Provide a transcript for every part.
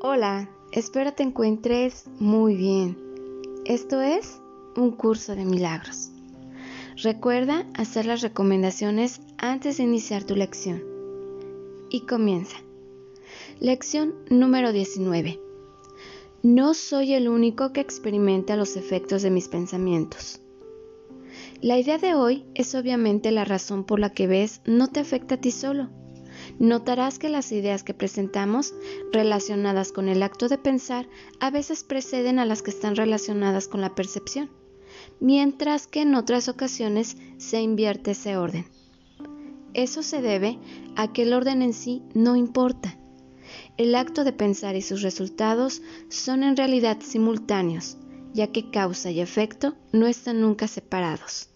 Hola, espero te encuentres muy bien. Esto es un curso de milagros. Recuerda hacer las recomendaciones antes de iniciar tu lección. Y comienza. Lección número 19. No soy el único que experimenta los efectos de mis pensamientos. La idea de hoy es obviamente la razón por la que ves no te afecta a ti solo. Notarás que las ideas que presentamos relacionadas con el acto de pensar a veces preceden a las que están relacionadas con la percepción, mientras que en otras ocasiones se invierte ese orden. Eso se debe a que el orden en sí no importa. El acto de pensar y sus resultados son en realidad simultáneos, ya que causa y efecto no están nunca separados.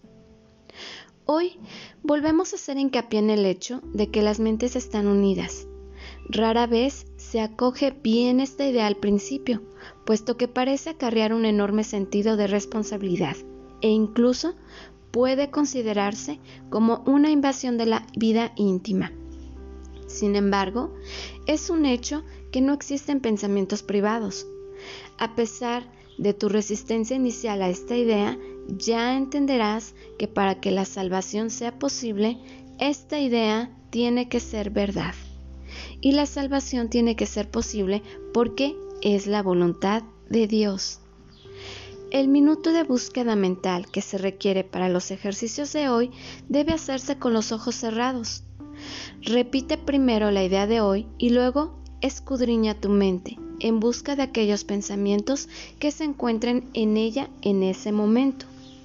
Hoy volvemos a hacer hincapié en el hecho de que las mentes están unidas. Rara vez se acoge bien esta idea al principio, puesto que parece acarrear un enorme sentido de responsabilidad e incluso puede considerarse como una invasión de la vida íntima. Sin embargo, es un hecho que no existen pensamientos privados. A pesar de tu resistencia inicial a esta idea, ya entenderás que para que la salvación sea posible, esta idea tiene que ser verdad. Y la salvación tiene que ser posible porque es la voluntad de Dios. El minuto de búsqueda mental que se requiere para los ejercicios de hoy debe hacerse con los ojos cerrados. Repite primero la idea de hoy y luego escudriña tu mente en busca de aquellos pensamientos que se encuentren en ella en ese momento.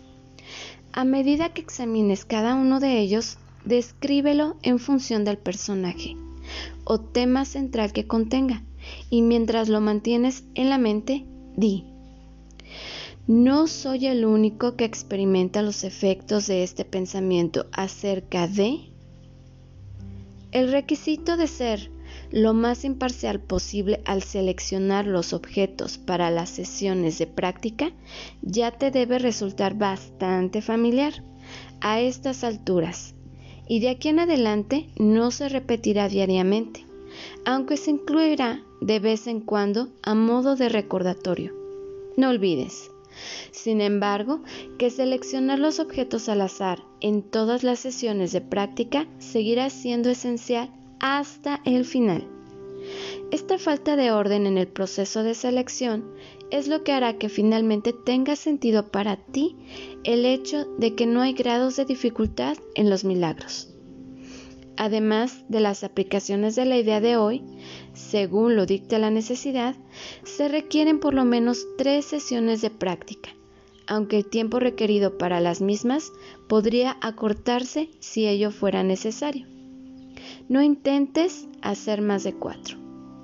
A medida que examines cada uno de ellos, descríbelo en función del personaje o tema central que contenga, y mientras lo mantienes en la mente, di: no soy el único que experimenta los efectos de este pensamiento acerca de... El requisito de ser lo más imparcial posible al seleccionar los objetos para las sesiones de práctica ya te debe resultar bastante familiar a estas alturas, y de aquí en adelante no se repetirá diariamente, aunque se incluirá de vez en cuando a modo de recordatorio. No olvides, sin embargo, que seleccionar los objetos al azar en todas las sesiones de práctica seguirá siendo esencial hasta el final. Esta falta de orden en el proceso de selección es lo que hará que finalmente tenga sentido para ti el hecho de que no hay grados de dificultad en los milagros. Además de las aplicaciones de la idea de hoy, según lo dicta la necesidad, se requieren por lo menos 3 sesiones de práctica, aunque el tiempo requerido para las mismas podría acortarse si ello fuera necesario. No intentes hacer más de 4.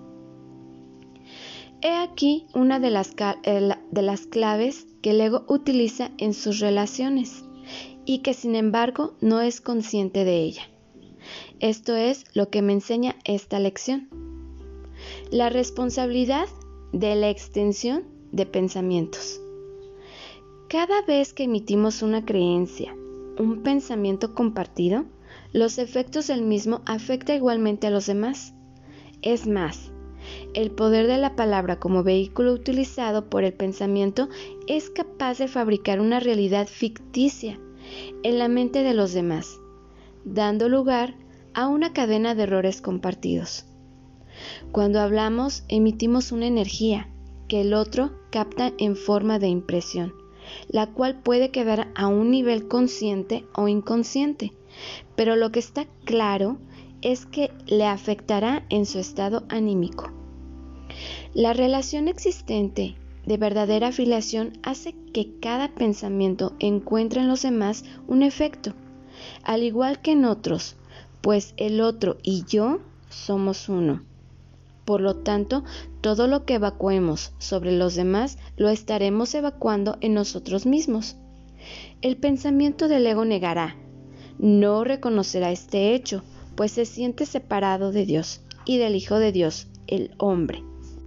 He aquí una de las claves que el ego utiliza en sus relaciones y que sin embargo no es consciente de ella. Esto es lo que me enseña esta lección: la responsabilidad de la extensión de pensamientos. Cada vez que emitimos una creencia, un pensamiento compartido, los efectos del mismo afectan igualmente a los demás. Es más, el poder de la palabra como vehículo utilizado por el pensamiento es capaz de fabricar una realidad ficticia en la mente de los demás, dando lugar a una cadena de errores compartidos. Cuando hablamos, emitimos una energía que el otro capta en forma de impresión, la cual puede quedar a un nivel consciente o inconsciente, pero lo que está claro es que le afectará en su estado anímico. La relación existente de verdadera afiliación hace que cada pensamiento encuentre en los demás un efecto, al igual que en otros, pues el otro y yo somos uno. Por lo tanto, todo lo que evacuemos sobre los demás lo estaremos evacuando en nosotros mismos. El pensamiento del ego negará, no reconocerá este hecho, pues se siente separado de Dios y del Hijo de Dios, el hombre.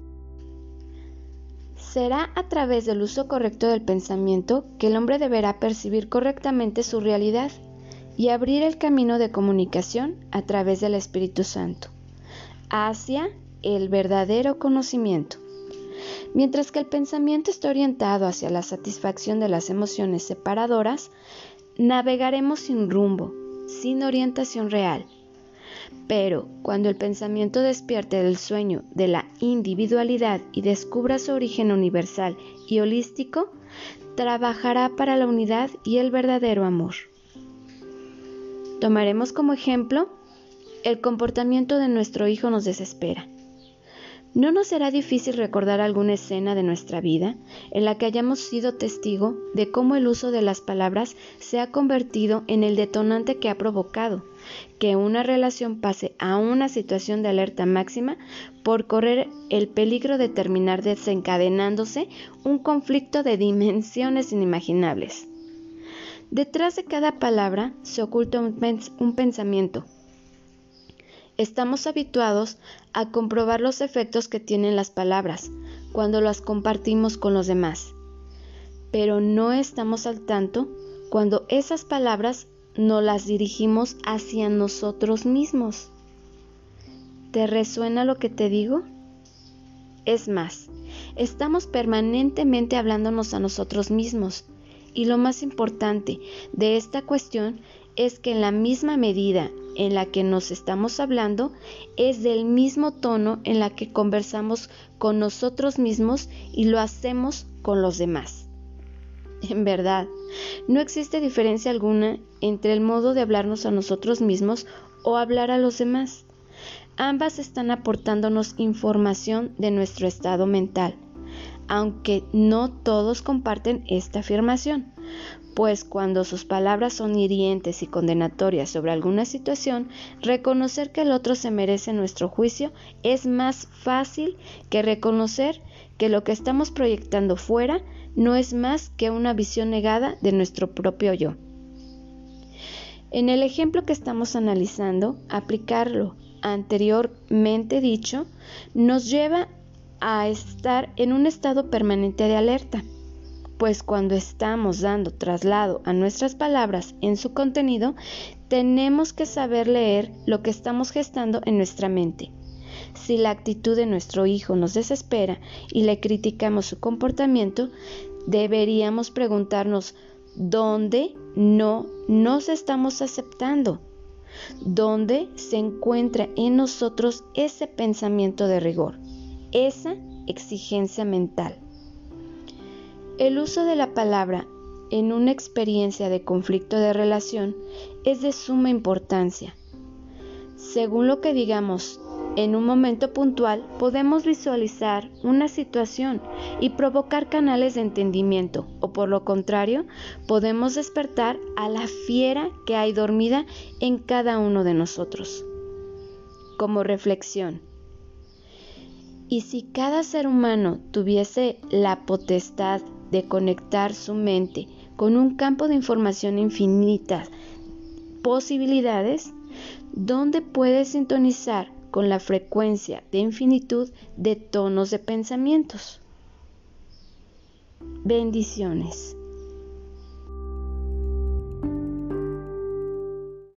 Será a través del uso correcto del pensamiento que el hombre deberá percibir correctamente su realidad y abrir el camino de comunicación a través del Espíritu Santo hacia el verdadero conocimiento. Mientras que el pensamiento está orientado hacia la satisfacción de las emociones separadoras, navegaremos sin rumbo, sin orientación real. Pero cuando el pensamiento despierte del sueño de la individualidad y descubra su origen universal y holístico, trabajará para la unidad y el verdadero amor. Tomaremos como ejemplo, el comportamiento de nuestro hijo nos desespera. ¿No nos será difícil recordar alguna escena de nuestra vida en la que hayamos sido testigo de cómo el uso de las palabras se ha convertido en el detonante que ha provocado que una relación pase a una situación de alerta máxima por correr el peligro de terminar desencadenándose un conflicto de dimensiones inimaginables? Detrás de cada palabra se oculta un pensamiento. Estamos habituados a comprobar los efectos que tienen las palabras cuando las compartimos con los demás, pero no estamos al tanto cuando esas palabras no las dirigimos hacia nosotros mismos. ¿Te resuena lo que te digo? Es más, estamos permanentemente hablándonos a nosotros mismos, y lo más importante de esta cuestión es que en la misma medida en la que nos estamos hablando, es del mismo tono en la que conversamos con nosotros mismos y lo hacemos con los demás. En verdad, no existe diferencia alguna entre el modo de hablarnos a nosotros mismos o hablar a los demás. Ambas están aportándonos información de nuestro estado mental, aunque no todos comparten esta afirmación, pues cuando sus palabras son hirientes y condenatorias sobre alguna situación, reconocer que el otro se merece nuestro juicio es más fácil que reconocer que lo que estamos proyectando fuera no es más que una visión negada de nuestro propio yo. En el ejemplo que estamos analizando, aplicar lo anteriormente dicho nos lleva a estar en un estado permanente de alerta, pues cuando estamos dando traslado a nuestras palabras en su contenido, tenemos que saber leer lo que estamos gestando en nuestra mente. Si la actitud de nuestro hijo nos desespera y le criticamos su comportamiento, deberíamos preguntarnos dónde no nos estamos aceptando, dónde se encuentra en nosotros ese pensamiento de rigor, esa exigencia mental. El uso de la palabra en una experiencia de conflicto de relación es de suma importancia. Según lo que digamos en un momento puntual, podemos visualizar una situación y provocar canales de entendimiento, o por lo contrario, podemos despertar a la fiera que hay dormida en cada uno de nosotros. Como reflexión, ¿y si cada ser humano tuviese la potestad de conectar su mente con un campo de información infinitas posibilidades, donde puede sintonizar con la frecuencia de infinitud de tonos de pensamientos? Bendiciones.